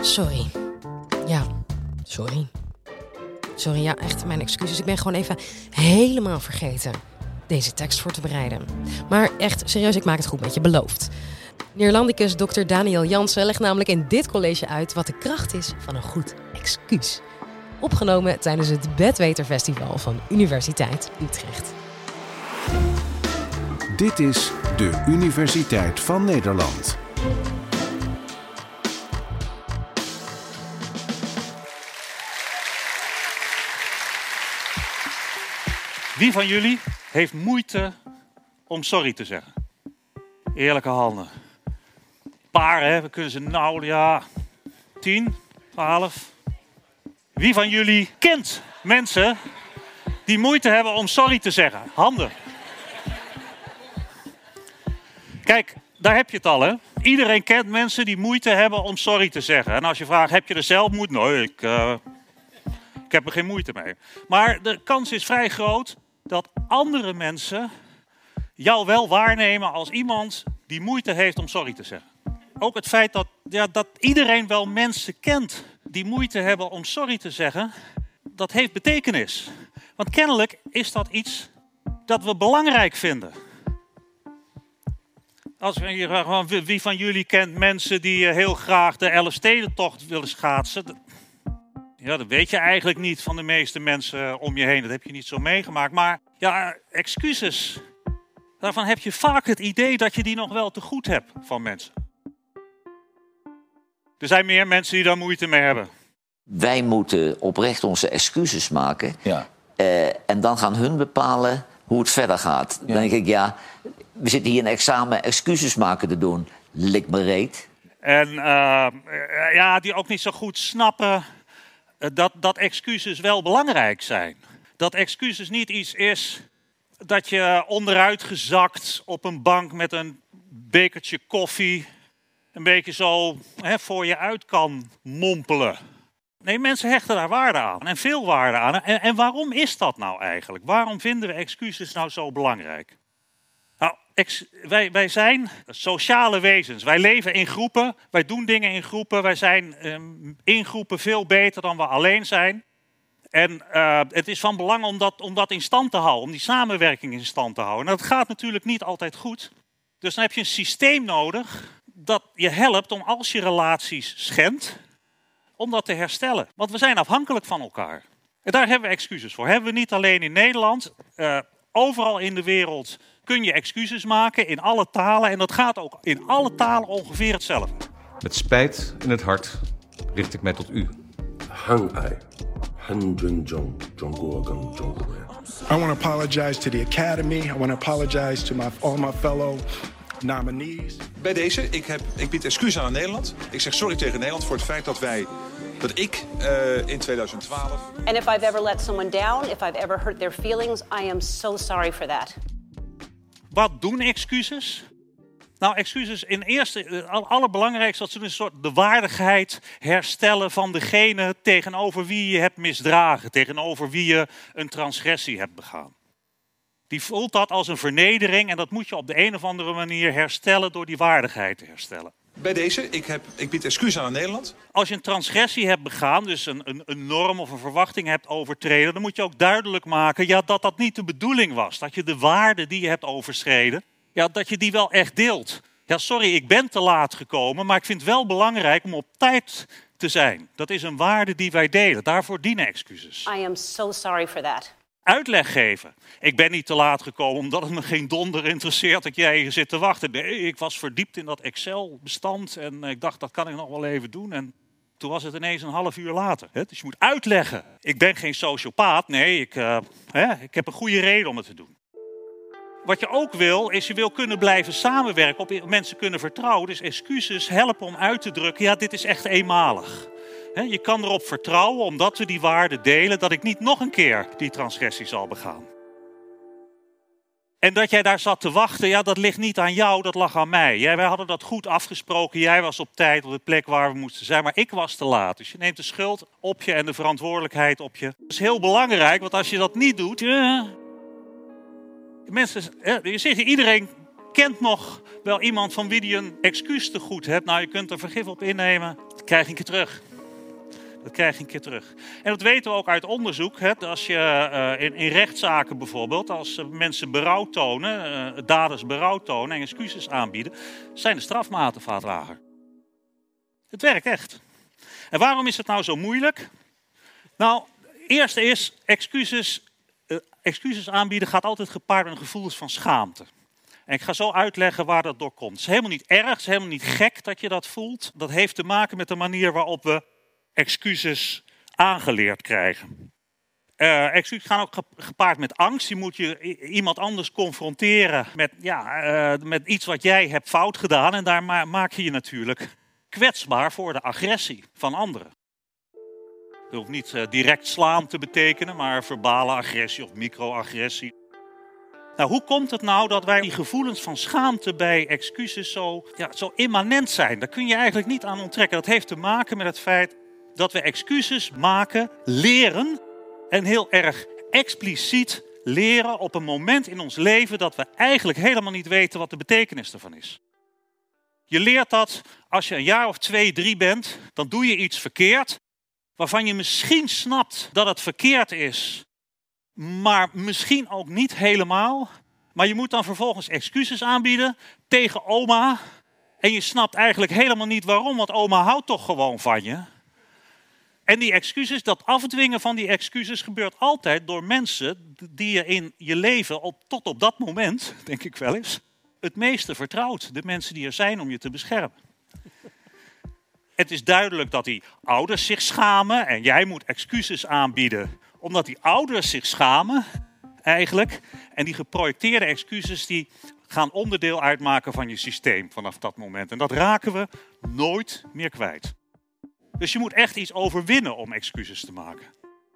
Sorry. Ja, sorry. Sorry, ja, echt mijn excuses. Ik ben gewoon even helemaal vergeten deze tekst voor te bereiden. Maar echt, serieus, ik maak het goed met je, beloofd. Neerlandicus Dr. Daniel Jansen legt namelijk in dit college uit wat de kracht is van een goed excuus. Opgenomen tijdens het Bedweterfestival van Universiteit Utrecht. Dit is de Universiteit van Nederland. Wie van jullie heeft moeite om sorry te zeggen? Eerlijke handen. Paar, hè? We kunnen ze nou, ja, 10, 12. Wie van jullie kent mensen die moeite hebben om sorry te zeggen? Handen. Kijk, daar heb je het al, hè? Iedereen kent mensen die moeite hebben om sorry te zeggen. En als je vraagt, heb je er zelf moeite? Nee, ik heb er geen moeite mee. Maar de kans is vrij groot dat andere mensen jou wel waarnemen als iemand die moeite heeft om sorry te zeggen. Ook het feit dat iedereen wel mensen kent die moeite hebben om sorry te zeggen, dat heeft betekenis. Want kennelijk is dat iets dat we belangrijk vinden. Als we hier gewoon, wie van jullie kent mensen die heel graag de Elfstedentocht willen schaatsen? Ja, dat weet je eigenlijk niet van de meeste mensen om je heen. Dat heb je niet zo meegemaakt. Maar ja, excuses. Daarvan heb je vaak het idee dat je die nog wel te goed hebt van mensen. Er zijn meer mensen die daar moeite mee hebben. Wij moeten oprecht onze excuses maken. Ja. En dan gaan hun bepalen hoe het verder gaat. Dan denk ik, ja, we zitten hier een examen excuses maken te doen. Lik me reet. En die ook niet zo goed snappen dat excuses wel belangrijk zijn. Dat excuses niet iets is dat je onderuitgezakt op een bank met een bekertje koffie een beetje zo voor je uit kan mompelen. Nee, mensen hechten daar waarde aan en veel waarde aan. En waarom is dat nou eigenlijk? Waarom vinden we excuses nou zo belangrijk? Nou, wij zijn sociale wezens. Wij leven in groepen, wij doen dingen in groepen. Wij zijn in groepen veel beter dan we alleen zijn. En het is van belang om dat in stand te houden, om die samenwerking in stand te houden. En dat gaat natuurlijk niet altijd goed. Dus dan heb je een systeem nodig dat je helpt om als je relaties schendt, om dat te herstellen. Want we zijn afhankelijk van elkaar. En daar hebben we excuses voor. Hebben we niet alleen in Nederland. Overal in de wereld kun je excuses maken in alle talen. En dat gaat ook in alle talen ongeveer hetzelfde. Met spijt in het hart richt ik mij tot u. I want to apologize to the Academy. I want to apologize to all my fellow nominees. Bij deze, ik bied excuus aan Nederland. Ik zeg sorry tegen Nederland voor het feit dat ik in 2012... And if I've ever let someone down, if I've ever hurt their feelings, I am so sorry for that. Wat doen excuses? Nou, excuses in eerste, het allerbelangrijkste, dat ze een soort de waardigheid herstellen van degene tegenover wie je hebt misdragen, tegenover wie je een transgressie hebt begaan. Die voelt dat als een vernedering en dat moet je op de een of andere manier herstellen door die waardigheid te herstellen. Bij deze, ik bied excuus aan Nederland. Als je een transgressie hebt begaan, dus een norm of een verwachting hebt overtreden, dan moet je ook duidelijk maken dat dat niet de bedoeling was. Dat je de waarde die je hebt overschreden, dat je die wel echt deelt. Ja, sorry, ik ben te laat gekomen, maar ik vind het wel belangrijk om op tijd te zijn. Dat is een waarde die wij delen. Daarvoor dienen excuses. I am so sorry for that. Uitleg geven. Ik ben niet te laat gekomen omdat het me geen donder interesseert dat jij hier zit te wachten. Nee, ik was verdiept in dat Excel-bestand en ik dacht dat kan ik nog wel even doen. En toen was het ineens een half uur later. Dus je moet uitleggen. Ik ben geen sociopaat. Nee, ik heb een goede reden om het te doen. Wat je ook wil, is je wil kunnen blijven samenwerken, op mensen kunnen vertrouwen. Dus excuses helpen om uit te drukken, dit is echt eenmalig. Je kan erop vertrouwen, omdat we die waarden delen, dat ik niet nog een keer die transgressie zal begaan. En dat jij daar zat te wachten, dat ligt niet aan jou, dat lag aan mij. Wij hadden dat goed afgesproken, jij was op tijd op de plek waar we moesten zijn, maar ik was te laat. Dus je neemt de schuld op je en de verantwoordelijkheid op je. Dat is heel belangrijk, want als je dat niet doet... Mensen, je zegt, iedereen kent nog wel iemand van wie die een excuus te goed hebt. Nou, je kunt er vergif op innemen. krijg je een keer terug. Dat krijg je een keer terug. En dat weten we ook uit onderzoek. Hè? Als je in rechtszaken bijvoorbeeld, als mensen berouw tonen, daders berouw tonen en excuses aanbieden, zijn de strafmaten vaak lager. Het werkt echt. En waarom is het nou zo moeilijk? Nou, het eerste is, excuses aanbieden gaat altijd gepaard met een gevoel van schaamte. En ik ga zo uitleggen waar dat door komt. Het is helemaal niet erg, het is helemaal niet gek dat je dat voelt. Dat heeft te maken met de manier waarop we excuses aangeleerd krijgen. Excuses gaan ook gepaard met angst. Je moet iemand anders confronteren met iets wat jij hebt fout gedaan. En daar maak je je natuurlijk kwetsbaar voor de agressie van anderen. Dat hoeft niet direct slaan te betekenen, maar verbale agressie of microagressie. Nou, hoe komt het nou dat wij die gevoelens van schaamte bij excuses zo immanent zijn? Daar kun je eigenlijk niet aan onttrekken. Dat heeft te maken met het feit dat we excuses maken, leren en heel erg expliciet leren op een moment in ons leven dat we eigenlijk helemaal niet weten wat de betekenis ervan is. Je leert dat als je een jaar of 2, 3 bent, dan doe je iets verkeerd, waarvan je misschien snapt dat het verkeerd is, maar misschien ook niet helemaal. Maar je moet dan vervolgens excuses aanbieden tegen oma. En je snapt eigenlijk helemaal niet waarom, want oma houdt toch gewoon van je. En die excuses, dat afdwingen van die excuses gebeurt altijd door mensen die je in je leven tot op dat moment, denk ik wel eens, het meeste vertrouwt. De mensen die er zijn om je te beschermen. Het is duidelijk dat die ouders zich schamen en jij moet excuses aanbieden omdat die ouders zich schamen eigenlijk. En die geprojecteerde excuses die gaan onderdeel uitmaken van je systeem vanaf dat moment. En dat raken we nooit meer kwijt. Dus je moet echt iets overwinnen om excuses te maken.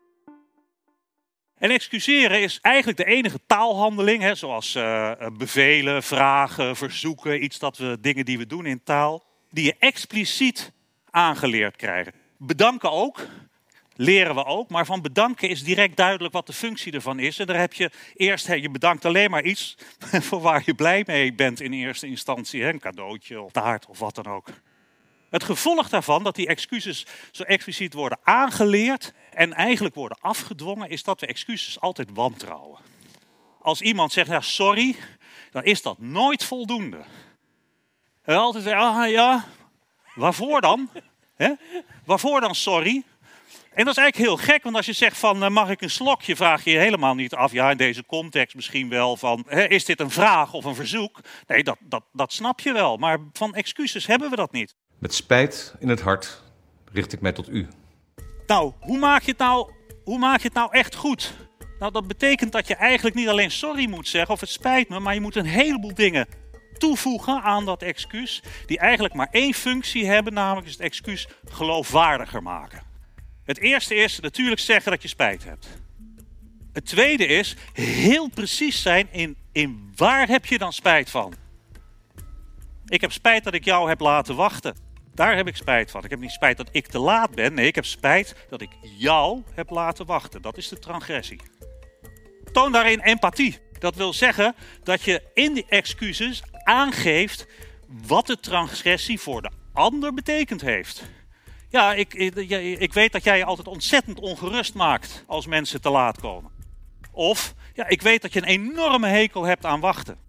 En excuseren is eigenlijk de enige taalhandeling, zoals bevelen, vragen, verzoeken, dingen die we doen in taal, die je expliciet aangeleerd krijgen. Bedanken ook, leren we ook, maar van bedanken is direct duidelijk wat de functie ervan is. En daar heb je eerst, je bedankt alleen maar iets voor waar je blij mee bent in eerste instantie, een cadeautje of taart of wat dan ook. Het gevolg daarvan, dat die excuses zo expliciet worden aangeleerd en eigenlijk worden afgedwongen, is dat we excuses altijd wantrouwen. Als iemand zegt, sorry, dan is dat nooit voldoende. En altijd zeggen, waarvoor dan? Waarvoor dan sorry? En dat is eigenlijk heel gek, want als je zegt van mag ik een slokje, vraag je je helemaal niet af. Ja, in deze context misschien wel van, is dit een vraag of een verzoek? Nee, dat snap je wel, maar van excuses hebben we dat niet. Met spijt in het hart richt ik mij tot u. Nou, hoe maak je het nou echt goed? Nou, dat betekent dat je eigenlijk niet alleen sorry moet zeggen of het spijt me, maar je moet een heleboel dingen toevoegen aan dat excuus, die eigenlijk maar één functie hebben, namelijk het excuus geloofwaardiger maken. Het eerste is natuurlijk zeggen dat je spijt hebt. Het tweede is heel precies zijn in waar heb je dan spijt van? Ik heb spijt dat ik jou heb laten wachten. Daar heb ik spijt van. Ik heb niet spijt dat ik te laat ben. Nee, ik heb spijt dat ik jou heb laten wachten. Dat is de transgressie. Toon daarin empathie. Dat wil zeggen dat je in die excuses aangeeft wat de transgressie voor de ander betekend heeft. Ja, ik weet dat jij je altijd ontzettend ongerust maakt als mensen te laat komen. Of, ik weet dat je een enorme hekel hebt aan wachten.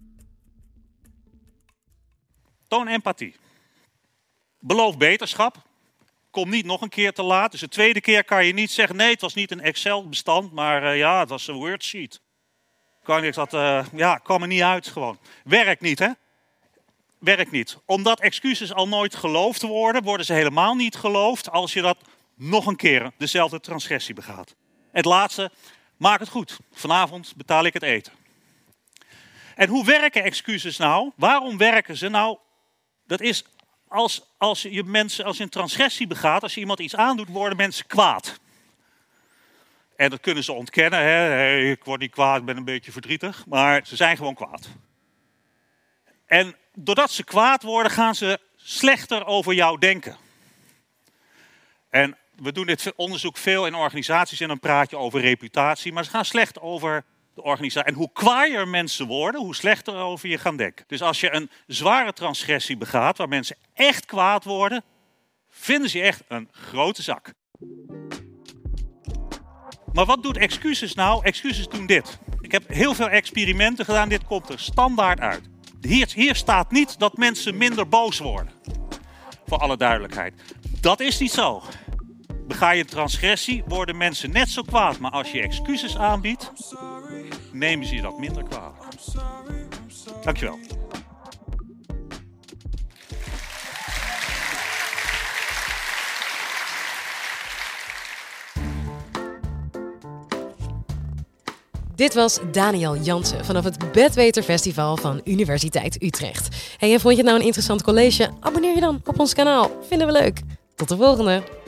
Toon empathie. Beloof beterschap. Kom niet nog een keer te laat. Dus de tweede keer kan je niet zeggen, nee, het was niet een Excel-bestand, maar het was een wordsheet. Kwam er niet uit gewoon. Werkt niet, hè? Werkt niet. Omdat excuses al nooit geloofd worden ze helemaal niet geloofd als je dat nog een keer dezelfde transgressie begaat. Het laatste, maak het goed. Vanavond betaal ik het eten. En hoe werken excuses nou? Waarom werken ze nou? Dat is als je een transgressie begaat, als je iemand iets aandoet, worden mensen kwaad. En dat kunnen ze ontkennen. Hey, ik word niet kwaad, ik ben een beetje verdrietig. Maar ze zijn gewoon kwaad. En doordat ze kwaad worden, gaan ze slechter over jou denken. En we doen dit onderzoek veel in organisaties en dan praat je over reputatie. Maar ze gaan slecht over de organisatie. En hoe kwaaier mensen worden, hoe slechter over je gaan denken. Dus als je een zware transgressie begaat, waar mensen echt kwaad worden, vinden ze je echt een grote zak. Maar wat doet excuses nou? Excuses doen dit. Ik heb heel veel experimenten gedaan. Dit komt er standaard uit. Hier staat niet dat mensen minder boos worden. Voor alle duidelijkheid. Dat is niet zo. Bega je een transgressie, worden mensen net zo kwaad. Maar als je excuses aanbiedt, nemen ze je dat minder kwalijk. Dankjewel. Dit was Daniel Jansen vanaf het Bedweter Festival van Universiteit Utrecht. En vond je het nou een interessant college? Abonneer je dan op ons kanaal. Vinden we leuk. Tot de volgende!